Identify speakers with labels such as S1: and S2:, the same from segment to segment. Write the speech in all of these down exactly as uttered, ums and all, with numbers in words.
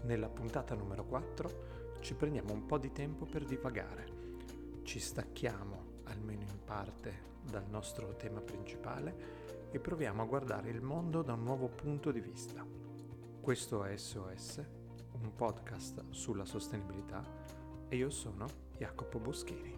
S1: Nella puntata numero quattro ci prendiamo un po' di tempo per divagare. Ci stacchiamo, almeno in parte, dal nostro tema principale e proviamo a guardare il mondo da un nuovo punto di vista. Questo è S O S, un podcast sulla sostenibilità, e io sono Jacopo Boschini.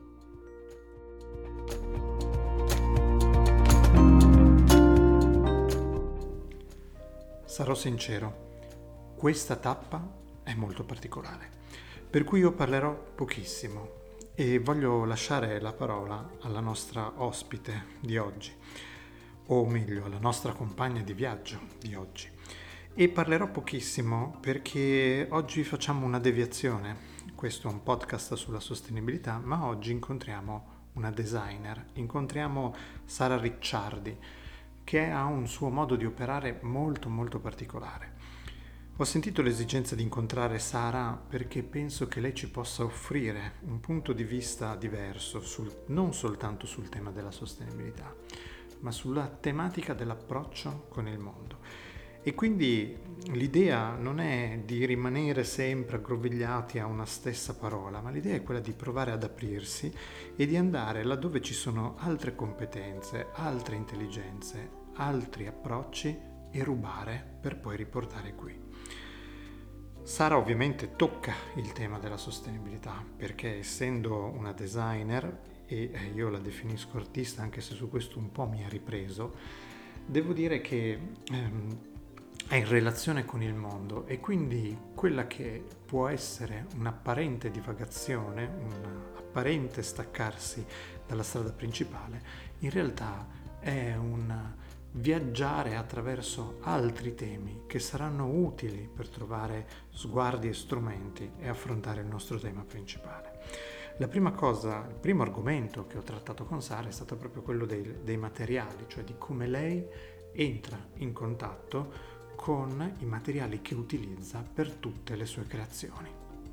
S1: Sarò sincero, questa tappa è molto particolare, per cui io parlerò pochissimo e voglio lasciare la parola alla nostra ospite di oggi, o meglio alla nostra compagna di viaggio di oggi. E parlerò pochissimo perché oggi facciamo una deviazione. Questo è un podcast sulla sostenibilità, ma oggi incontriamo una designer, incontriamo Sara Ricciardi, che ha un suo modo di operare molto molto particolare. Ho sentito l'esigenza di incontrare Sara perché penso che lei ci possa offrire un punto di vista diverso, sul, non soltanto sul tema della sostenibilità, ma sulla tematica dell'approccio con il mondo. E quindi l'idea non è di rimanere sempre aggrovigliati a una stessa parola, ma l'idea è quella di provare ad aprirsi e di andare laddove ci sono altre competenze, altre intelligenze, altri approcci e rubare per poi riportare qui. Sara ovviamente tocca il tema della sostenibilità perché, essendo una designer, e io la definisco artista anche se su questo un po' mi ha ripreso, devo dire che ehm, è in relazione con il mondo, e quindi quella che può essere un'apparente divagazione, un apparente staccarsi dalla strada principale, in realtà è un viaggiare attraverso altri temi che saranno utili per trovare sguardi e strumenti e affrontare il nostro tema principale. La prima cosa, il primo argomento che ho trattato con Sara è stato proprio quello dei, dei materiali, cioè di come lei entra in contatto con i materiali che utilizza per tutte le sue creazioni.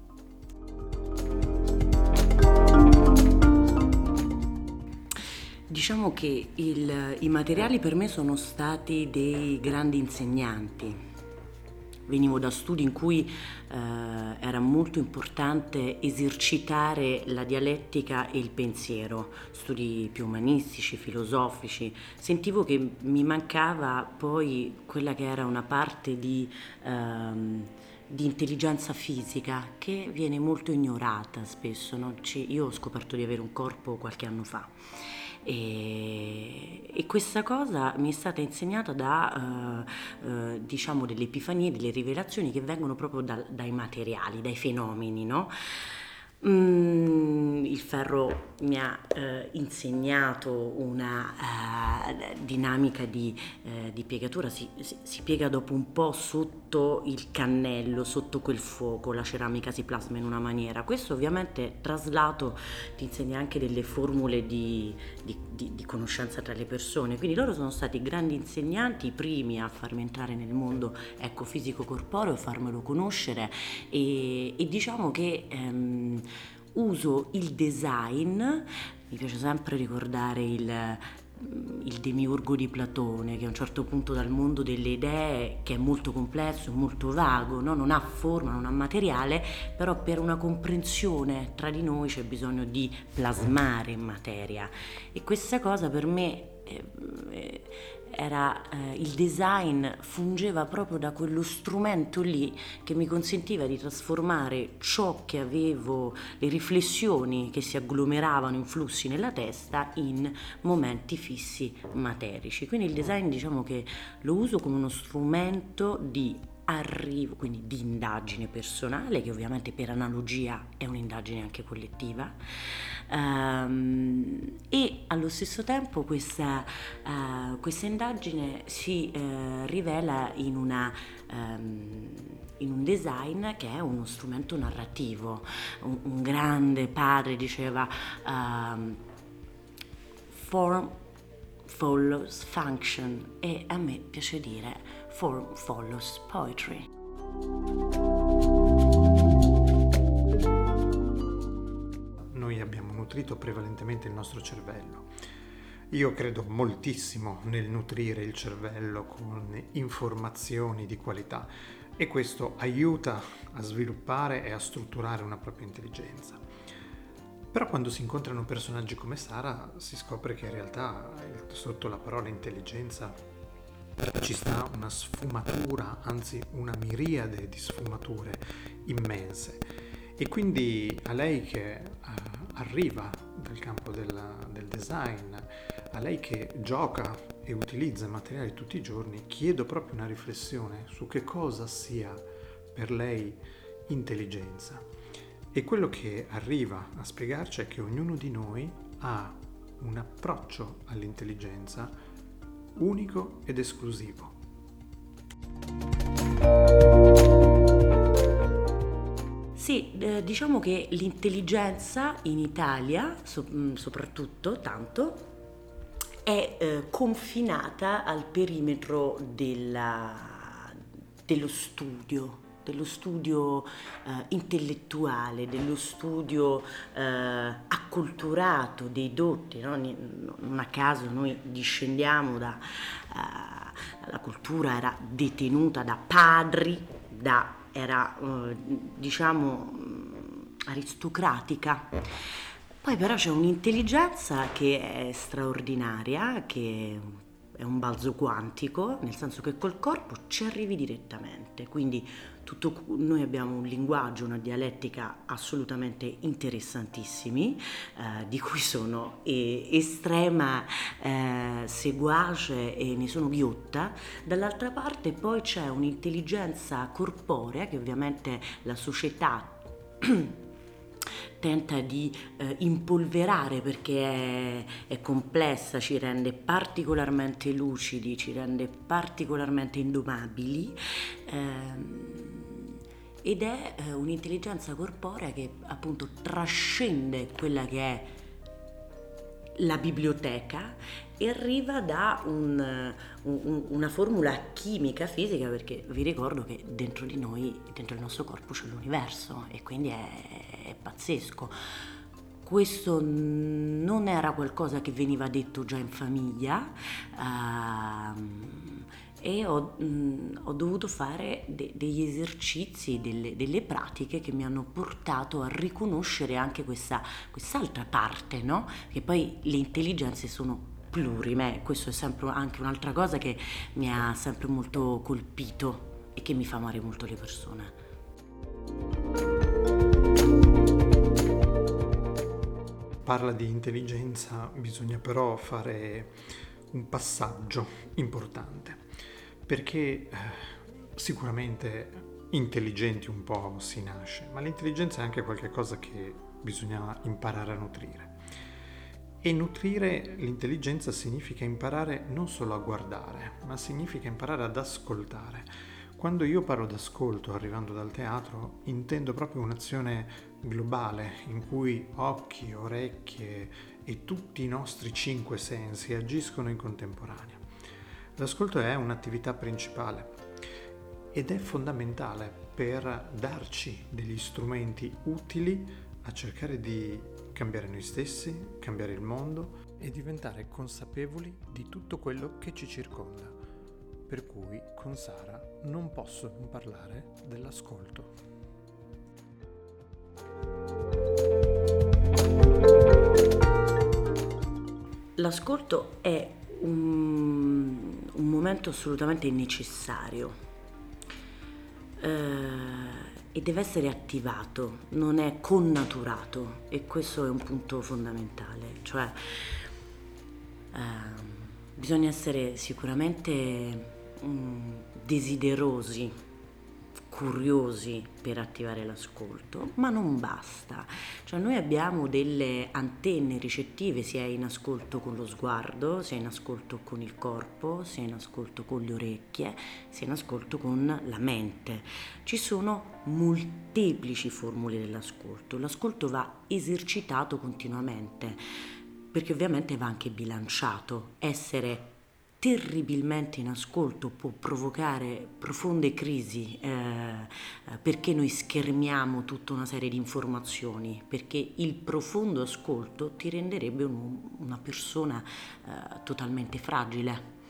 S2: Diciamo che il, i materiali per me sono stati dei grandi insegnanti. Venivo da studi in cui eh, era molto importante esercitare la dialettica e il pensiero, studi più umanistici, filosofici. Sentivo che mi mancava poi quella che era una parte di, ehm, di intelligenza fisica che viene molto ignorata spesso, no? Ci, io ho scoperto di avere un corpo qualche anno fa. E, e questa cosa mi è stata insegnata da uh, uh, diciamo delle epifanie, delle rivelazioni che vengono proprio da, dai materiali, dai fenomeni, no? Mm, il ferro mi ha uh, insegnato una uh, dinamica di, uh, di piegatura, si, si, si piega dopo un po' sotto il cannello, sotto quel fuoco, la ceramica si plasma in una maniera. Questo ovviamente traslato ti insegna anche delle formule di, di, di, di conoscenza tra le persone, quindi loro sono stati grandi insegnanti, i primi a farmi entrare nel mondo ecco, fisico-corporeo e farmelo conoscere, e, e diciamo che ehm, uso il design, mi piace sempre ricordare il il demiurgo di Platone, che a un certo punto dal mondo delle idee, che è molto complesso, molto vago, no? Non ha forma, non ha materiale, però per una comprensione tra di noi c'è bisogno di plasmare in materia, e questa cosa per me eh, era eh, il design fungeva proprio da quello strumento lì che mi consentiva di trasformare ciò che avevo, le riflessioni che si agglomeravano in flussi nella testa, in momenti fissi materici. Quindi il design, diciamo che lo uso come uno strumento di arrivo, quindi di indagine personale, che ovviamente per analogia è un'indagine anche collettiva, um, e allo stesso tempo questa, uh, questa indagine si uh, rivela in una um, in un design che è uno strumento narrativo. Un, un grande padre diceva um, form follows function, e a me piace dire form follows poetry.
S1: Noi abbiamo nutrito prevalentemente il nostro cervello. Io credo moltissimo nel nutrire il cervello con informazioni di qualità. e questo aiuta a sviluppare e a strutturare una propria intelligenza. Però quando si incontrano personaggi come Sara si scopre che in realtà sotto la parola intelligenza ci sta una sfumatura, anzi una miriade di sfumature immense. E quindi a lei che uh, arriva dal campo della, del design, a lei che gioca e utilizza materiali tutti i giorni, chiedo proprio una riflessione su che cosa sia per lei intelligenza. E quello che arriva a spiegarci è che ognuno di noi ha un approccio all'intelligenza unico ed esclusivo.
S2: Sì, eh, diciamo che l'intelligenza in Italia, so- soprattutto tanto, è eh, confinata al perimetro della, dello studio, dello studio eh, intellettuale, dello studio eh, acculturato, dei dotti, no? Non a caso noi discendiamo da, eh, la cultura era detenuta da padri, da, era eh, diciamo aristocratica. Poi però c'è un'intelligenza che è straordinaria, che è un balzo quantico, nel senso che col corpo ci arrivi direttamente, quindi tutto, noi abbiamo un linguaggio, una dialettica assolutamente interessantissimi, eh, di cui sono eh, estrema eh, seguace e ne sono ghiotta. Dall'altra parte poi c'è un'intelligenza corporea che ovviamente la società tenta di eh, impolverare perché è, è complessa, ci rende particolarmente lucidi, ci rende particolarmente indomabili, ehm, ed è eh, un'intelligenza corporea che appunto trascende quella che è la biblioteca e arriva da un, un, una formula chimica, fisica, perché vi ricordo che dentro di noi, dentro il nostro corpo c'è l'universo e quindi è, è pazzesco. Questo non era qualcosa che veniva detto già in famiglia, uh, e ho, mh, ho dovuto fare de- degli esercizi, delle, delle pratiche che mi hanno portato a riconoscere anche questa, quest'altra parte, no? Che poi le intelligenze sono plurime, questo è sempre anche un'altra cosa che mi ha sempre molto colpito e che mi fa amare molto le persone.
S1: Parla di intelligenza, bisogna però fare un passaggio importante, perché eh, sicuramente intelligenti un po' si nasce, ma l'intelligenza è anche qualcosa che bisogna imparare a nutrire. E nutrire l'intelligenza significa imparare non solo a guardare, ma significa imparare ad ascoltare. Quando io parlo d'ascolto arrivando dal teatro, intendo proprio un'azione globale in cui occhi, orecchie e tutti i nostri cinque sensi agiscono in contemporanea. L'ascolto è un'attività principale ed è fondamentale per darci degli strumenti utili a cercare di cambiare noi stessi, cambiare il mondo e diventare consapevoli di tutto quello che ci circonda. Per cui con Sara non posso non parlare dell'ascolto.
S2: L'ascolto è un, un momento assolutamente necessario eh, e deve essere attivato, non è connaturato, e questo è un punto fondamentale, cioè eh, bisogna essere sicuramente mh, desiderosi, curiosi per attivare l'ascolto, ma non basta. Cioè noi abbiamo delle antenne ricettive sia in ascolto con lo sguardo, sia in ascolto con il corpo, sia in ascolto con le orecchie, sia in ascolto con la mente. Ci sono molteplici formule dell'ascolto. L'ascolto va esercitato continuamente, perché ovviamente va anche bilanciato. Essere terribilmente in ascolto può provocare profonde crisi eh, perché noi schermiamo tutta una serie di informazioni, perché il profondo ascolto ti renderebbe un, una persona eh, totalmente fragile.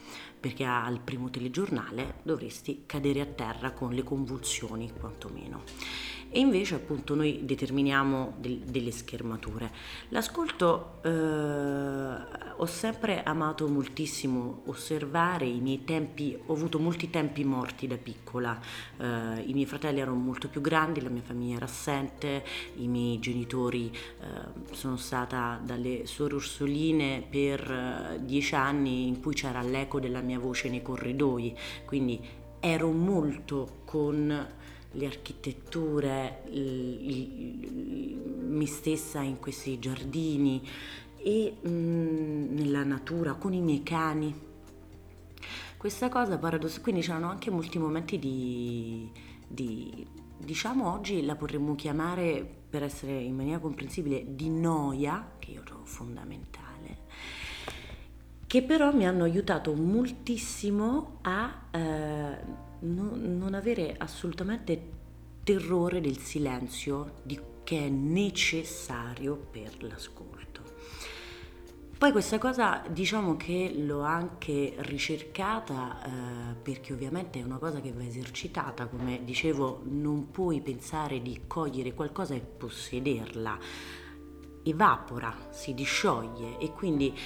S2: perché al primo telegiornale dovresti cadere a terra con le convulsioni quantomeno. E invece appunto noi determiniamo del, delle schermature. L'ascolto, eh, ho sempre amato moltissimo osservare i miei tempi, ho avuto molti tempi morti da piccola, eh, i miei fratelli erano molto più grandi, la mia famiglia era assente, i miei genitori, eh, sono stata dalle suore Orsoline per eh, dieci anni in cui c'era l'eco della mia voce nei corridoi, quindi ero molto con le architetture, il, il, me stessa in questi giardini e mh, nella natura con i miei cani. Questa cosa paradossale, quindi c'erano anche molti momenti di, di, diciamo oggi la potremmo chiamare, per essere in maniera comprensibile, di noia, che io trovo fondamentale, che però mi hanno aiutato moltissimo a eh, non, non avere assolutamente terrore del silenzio di, che è necessario per l'ascolto. Poi questa cosa diciamo che l'ho anche ricercata eh, perché ovviamente è una cosa che va esercitata, come dicevo non puoi pensare di cogliere qualcosa e possederla, evapora, si discioglie e quindi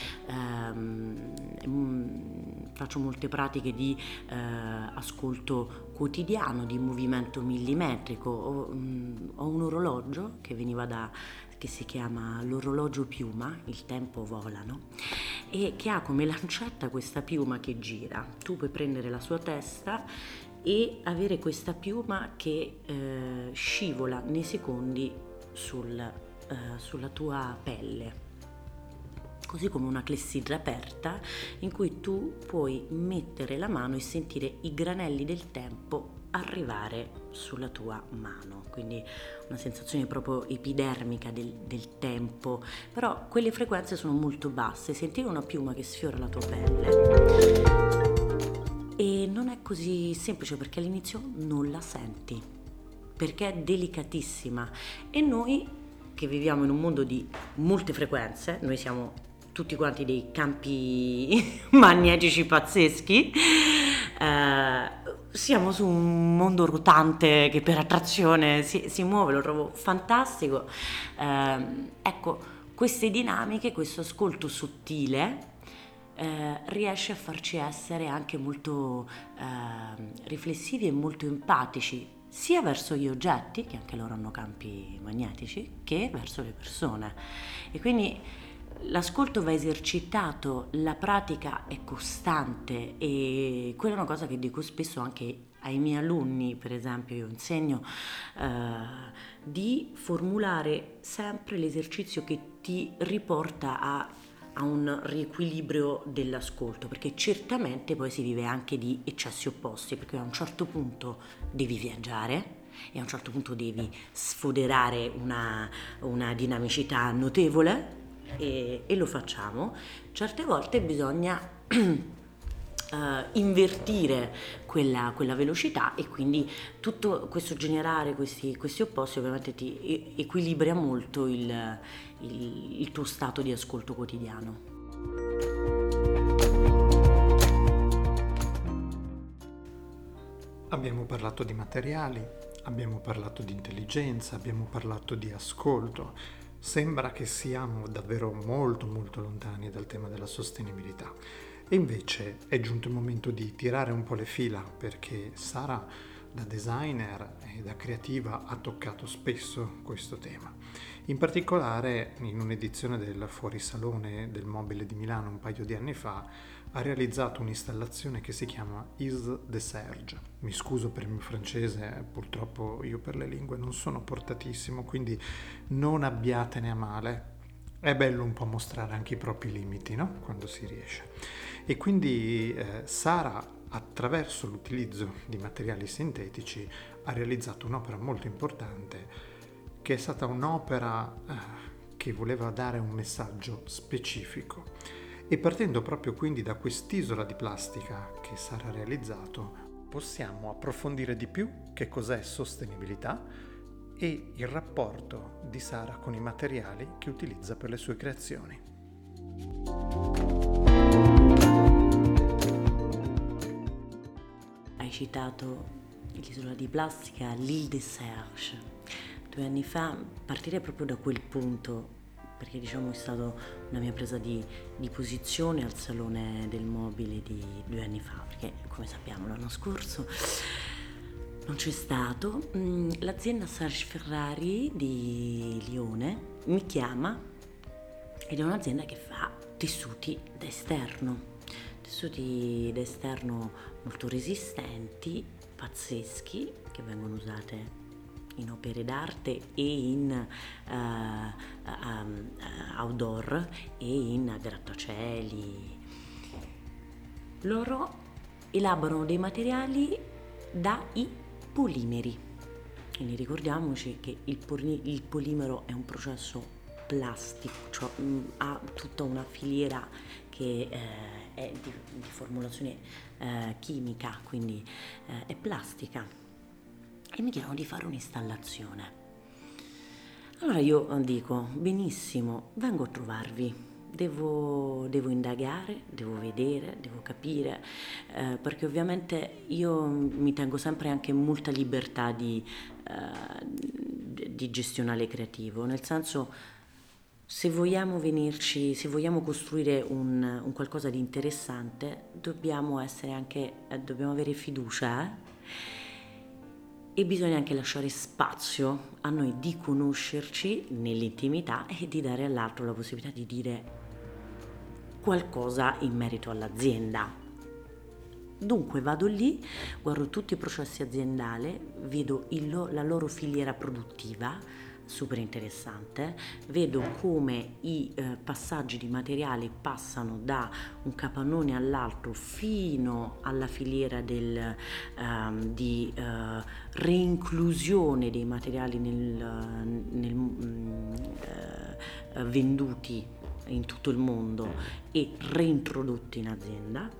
S2: ehm, faccio molte pratiche di eh, ascolto quotidiano, di movimento millimetrico, ho, mh, ho un orologio che veniva da che si chiama l'orologio piuma, il tempo vola, no? E che ha come lancetta questa piuma che gira, tu puoi prendere la sua testa e avere questa piuma che eh, scivola nei secondi sul Uh, sulla tua pelle, così come una clessidra aperta in cui tu puoi mettere la mano e sentire i granelli del tempo arrivare sulla tua mano, quindi una sensazione proprio epidermica del, del tempo, però quelle frequenze sono molto basse, sentire una piuma che sfiora la tua pelle e non è così semplice perché all'inizio non la senti, perché è delicatissima e noi che viviamo in un mondo di molte frequenze, noi siamo tutti quanti dei campi magnetici pazzeschi, eh, siamo su un mondo rotante che per attrazione si, si muove, lo trovo fantastico. Eh, ecco, queste dinamiche, questo ascolto sottile eh, riesce a farci essere anche molto eh, riflessivi e molto empatici, sia verso gli oggetti, che anche loro hanno campi magnetici, che verso le persone. E quindi l'ascolto va esercitato, la pratica è costante e quella è una cosa che dico spesso anche ai miei alunni, per esempio io insegno eh, di formulare sempre l'esercizio che ti riporta a a un riequilibrio dell'ascolto, perché certamente poi si vive anche di eccessi opposti, perché a un certo punto devi viaggiare e a un certo punto devi sfoderare una, una dinamicità notevole e, e lo facciamo. Certe volte bisogna Uh, invertire quella, quella velocità e quindi tutto questo generare questi, questi opposti ovviamente ti e- equilibra molto il, il, il tuo stato di ascolto quotidiano.
S1: Abbiamo parlato di materiali, abbiamo parlato di intelligenza, abbiamo parlato di ascolto. Sembra che siamo davvero molto molto lontani dal tema della sostenibilità. E invece è giunto il momento di tirare un po' le fila, perché Sara, da designer e da creativa, ha toccato spesso questo tema. In particolare, in un'edizione del Fuorisalone del Mobile di Milano un paio di anni fa, ha realizzato un'installazione che si chiama Is the Serge. Mi scuso per il mio francese, purtroppo io per le lingue non sono portatissimo, quindi non abbiatene a male. È bello un po' mostrare anche i propri limiti, no? Quando si riesce. E quindi eh, Sara, attraverso l'utilizzo di materiali sintetici, ha realizzato un'opera molto importante, che è stata un'opera eh, che voleva dare un messaggio specifico. E partendo proprio quindi da quest'isola di plastica che Sara ha realizzato, possiamo approfondire di più che cos'è sostenibilità e il rapporto di Sara con i materiali che utilizza per le sue creazioni.
S2: hai citato l'isola di plastica, l'Île de Serge. Due anni fa partirei proprio da quel punto, perché diciamo è stata una mia presa di, di posizione al Salone del Mobile di due anni fa, perché come sappiamo l'anno scorso non c'è stato. L'azienda Serge Ferrari di Lione mi chiama ed è un'azienda che fa tessuti da esterno, tessuti da esterno molto resistenti, pazzeschi, che vengono usate in opere d'arte e in uh, um, outdoor e in grattacieli. Loro elaborano dei materiali dai polimeri. Quindi ricordiamoci che il, poli- il polimero è un processo plastico, cioè mh, ha tutta una filiera che eh, è di, di formulazione eh, chimica, quindi eh, è plastica. E mi chiedono di fare un'installazione. Allora io dico, benissimo, vengo a trovarvi. Devo, devo indagare, devo vedere, devo capire, eh, perché ovviamente io mi tengo sempre anche molta libertà di, eh, di gestionale creativo, nel senso, se vogliamo venirci, se vogliamo costruire un, un qualcosa di interessante, dobbiamo essere anche, eh, dobbiamo avere fiducia, eh? E bisogna anche lasciare spazio a noi di conoscerci nell'intimità e di dare all'altro la possibilità di dire qualcosa in merito all'azienda. Dunque vado lì, guardo tutti i processi aziendali, vedo il, la loro filiera produttiva, super interessante, vedo come i eh, passaggi di materiali passano da un capannone all'altro fino alla filiera del, um, di uh, reinclusione dei materiali nel, nel, um, uh, venduti in tutto il mondo e reintrodotti in azienda,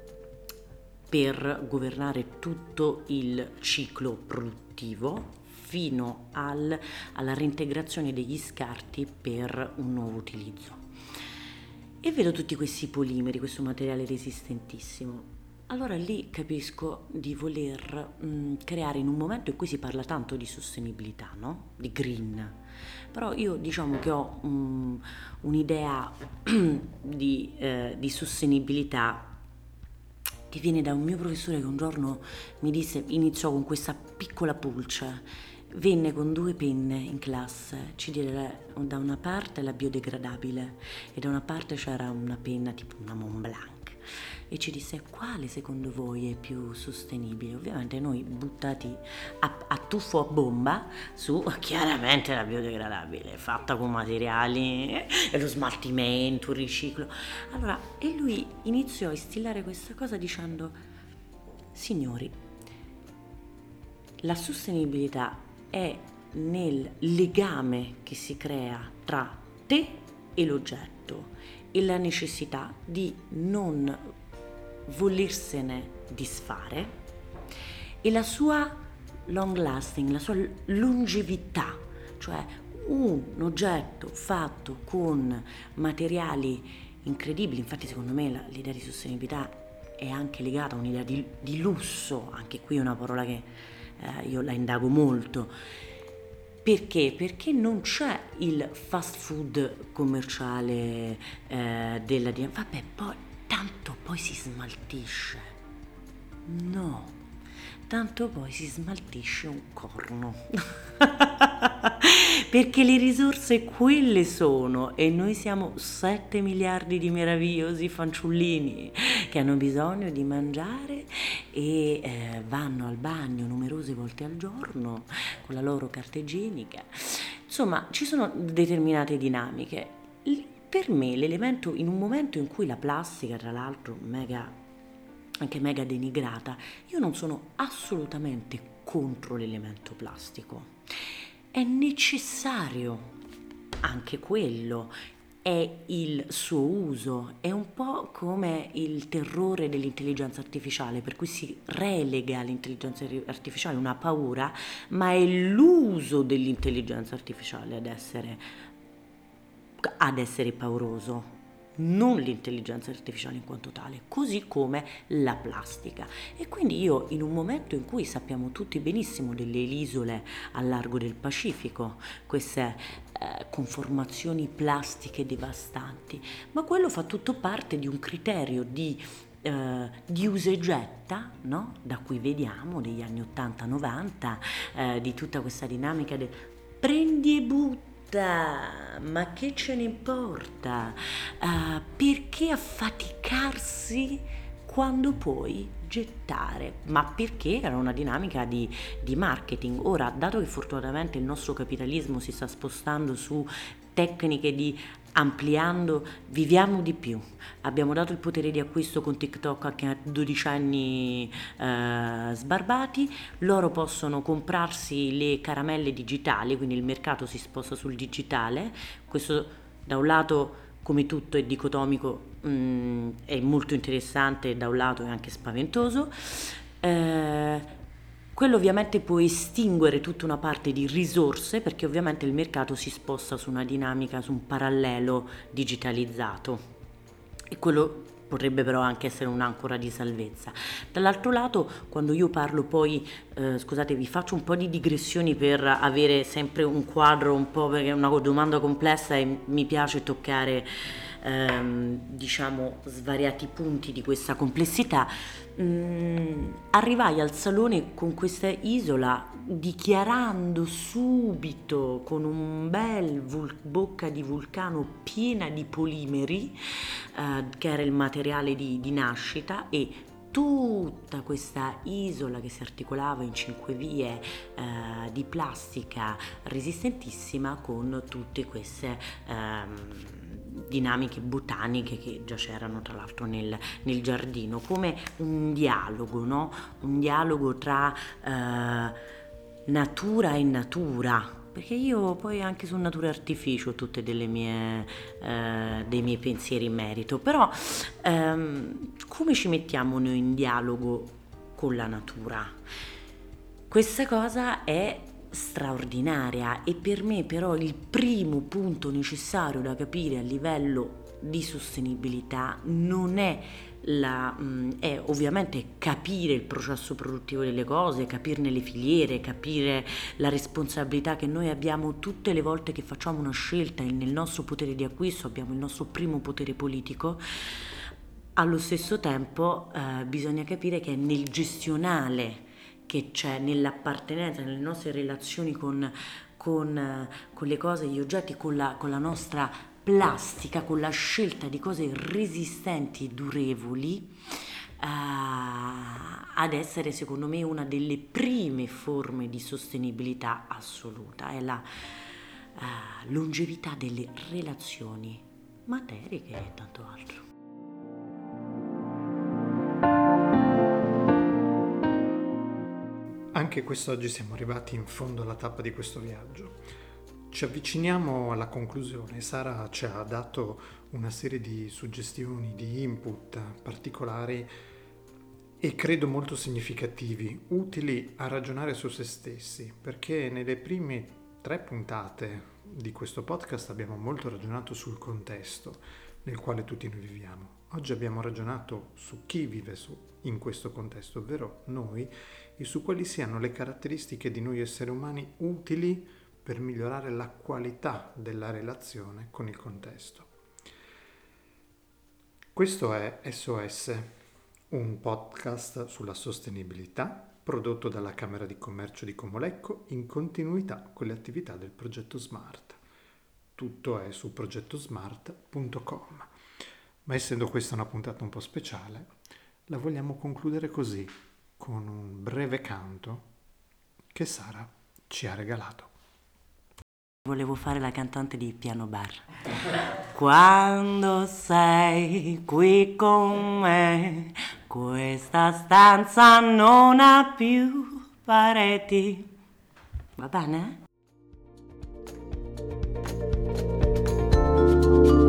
S2: per governare tutto il ciclo produttivo fino al, alla reintegrazione degli scarti per un nuovo utilizzo. E vedo tutti questi polimeri, questo materiale resistentissimo. Allora lì capisco di voler mh, creare, in un momento in cui si parla tanto di sostenibilità, no? Di green. Però io diciamo che ho um, un'idea di, eh, di sostenibilità che viene da un mio professore che un giorno mi disse, iniziò con questa piccola pulce, venne con due penne in classe, ci diede da una parte la biodegradabile e da una parte c'era una penna tipo una Montblanc e ci disse quale secondo voi è più sostenibile. Ovviamente noi buttati a, a tuffo a bomba su chiaramente la biodegradabile, fatta con materiali e lo smaltimento, il riciclo. Allora, e lui iniziò a instillare questa cosa dicendo, signori, la sostenibilità è nel legame che si crea tra te e l'oggetto e la necessità di non volersene disfare e la sua long lasting, la sua longevità, cioè un oggetto fatto con materiali incredibili. Infatti secondo me la, l'idea di sostenibilità è anche legata a un'idea di, di lusso, anche qui è una parola che eh, io la indago molto. Perché? Perché non c'è il fast food commerciale eh, della D M. Vabbè, poi tanto poi si smaltisce. No, tanto poi si smaltisce un corno. Perché le risorse quelle sono e noi siamo sette miliardi di meravigliosi fanciullini che hanno bisogno di mangiare e eh, vanno al bagno numerose volte al giorno con la loro carta igienica. Insomma, ci sono determinate dinamiche. Per me l'elemento, in un momento in cui la plastica, tra l'altro mega, anche mega denigrata, io non sono assolutamente contro l'elemento plastico. È necessario anche quello, è il suo uso, è un po' come il terrore dell'intelligenza artificiale, per cui si relega all'intelligenza artificiale una paura, ma è l'uso dell'intelligenza artificiale ad essere, ad essere pauroso. non l'intelligenza artificiale in quanto tale, così come la plastica. E quindi io, in un momento in cui sappiamo tutti benissimo delle isole al largo del Pacifico, queste eh, conformazioni plastiche devastanti, ma quello fa tutto parte di un criterio di Uh, di usa e getta, no? Da cui vediamo degli anni ottanta novanta, uh, di tutta questa dinamica del prendi e butta, ma che ce ne importa? Uh, perché affaticarsi quando puoi gettare? Ma perché era una dinamica di, di marketing. Ora, dato che fortunatamente il nostro capitalismo si sta spostando su tecniche di ampliando, viviamo di più. Abbiamo dato il potere di acquisto con TikTok anche a dodicenni eh, sbarbati, loro possono comprarsi le caramelle digitali, quindi il mercato si sposta sul digitale. Questo da un lato, come tutto è dicotomico, mh, è molto interessante, e da un lato è anche spaventoso. Eh, Quello ovviamente può estinguere tutta una parte di risorse, perché ovviamente il mercato si sposta su una dinamica, su un parallelo digitalizzato, e quello potrebbe però anche essere un'ancora di salvezza. Dall'altro lato, quando io parlo poi, eh, scusate, vi faccio un po' di digressioni per avere sempre un quadro un po', perché è una domanda complessa e mi piace toccare ehm, diciamo svariati punti di questa complessità. Mm, arrivai al salone con questa isola dichiarando subito con un bel vul- bocca di vulcano piena di polimeri, eh, che era il materiale di, di nascita, e tutta questa isola che si articolava in cinque vie eh, di plastica resistentissima, con tutte queste ehm, dinamiche botaniche che già c'erano tra l'altro nel, nel giardino, come un dialogo, no? Un dialogo tra eh, natura e natura, perché io poi anche su Natura Artificio ho tutte delle mie eh, dei miei pensieri in merito, però ehm, come ci mettiamo noi in dialogo con la natura? Questa cosa è straordinaria, e per me però il primo punto necessario da capire a livello di sostenibilità non è la, mh, è ovviamente capire il processo produttivo delle cose, capirne le filiere, capire la responsabilità che noi abbiamo tutte le volte che facciamo una scelta, e nel nostro potere di acquisto abbiamo il nostro primo potere politico. Allo stesso tempo eh, bisogna capire che è nel gestionale che c'è, nell'appartenenza, nelle nostre relazioni con, con, con le cose, gli oggetti, con la, con la nostra plastica, con la scelta di cose resistenti e durevoli, eh, ad essere secondo me una delle prime forme di sostenibilità assoluta. È la eh, longevità delle relazioni materiche e tanto altro.
S1: Anche quest'oggi siamo arrivati in fondo alla tappa di questo viaggio. Ci avviciniamo alla conclusione. Sara ci ha dato una serie di suggestioni, di input particolari e credo molto significativi, utili a ragionare su se stessi, perché nelle prime tre puntate di questo podcast abbiamo molto ragionato sul contesto nel quale tutti noi viviamo. Oggi abbiamo ragionato su chi vive su, in questo contesto, ovvero noi, e su quali siano le caratteristiche di noi esseri umani utili per migliorare la qualità della relazione con il contesto. Questo è S O S, un podcast sulla sostenibilità prodotto dalla Camera di Commercio di Comolecco in continuità con le attività del progetto SMART. Tutto è su progetto smart punto com. Ma essendo questa una puntata un po' speciale, la vogliamo concludere così, con un breve canto che Sara ci ha regalato.
S2: Volevo fare la cantante di Piano Bar. Quando sei qui con me, questa stanza non ha più pareti. Va bene?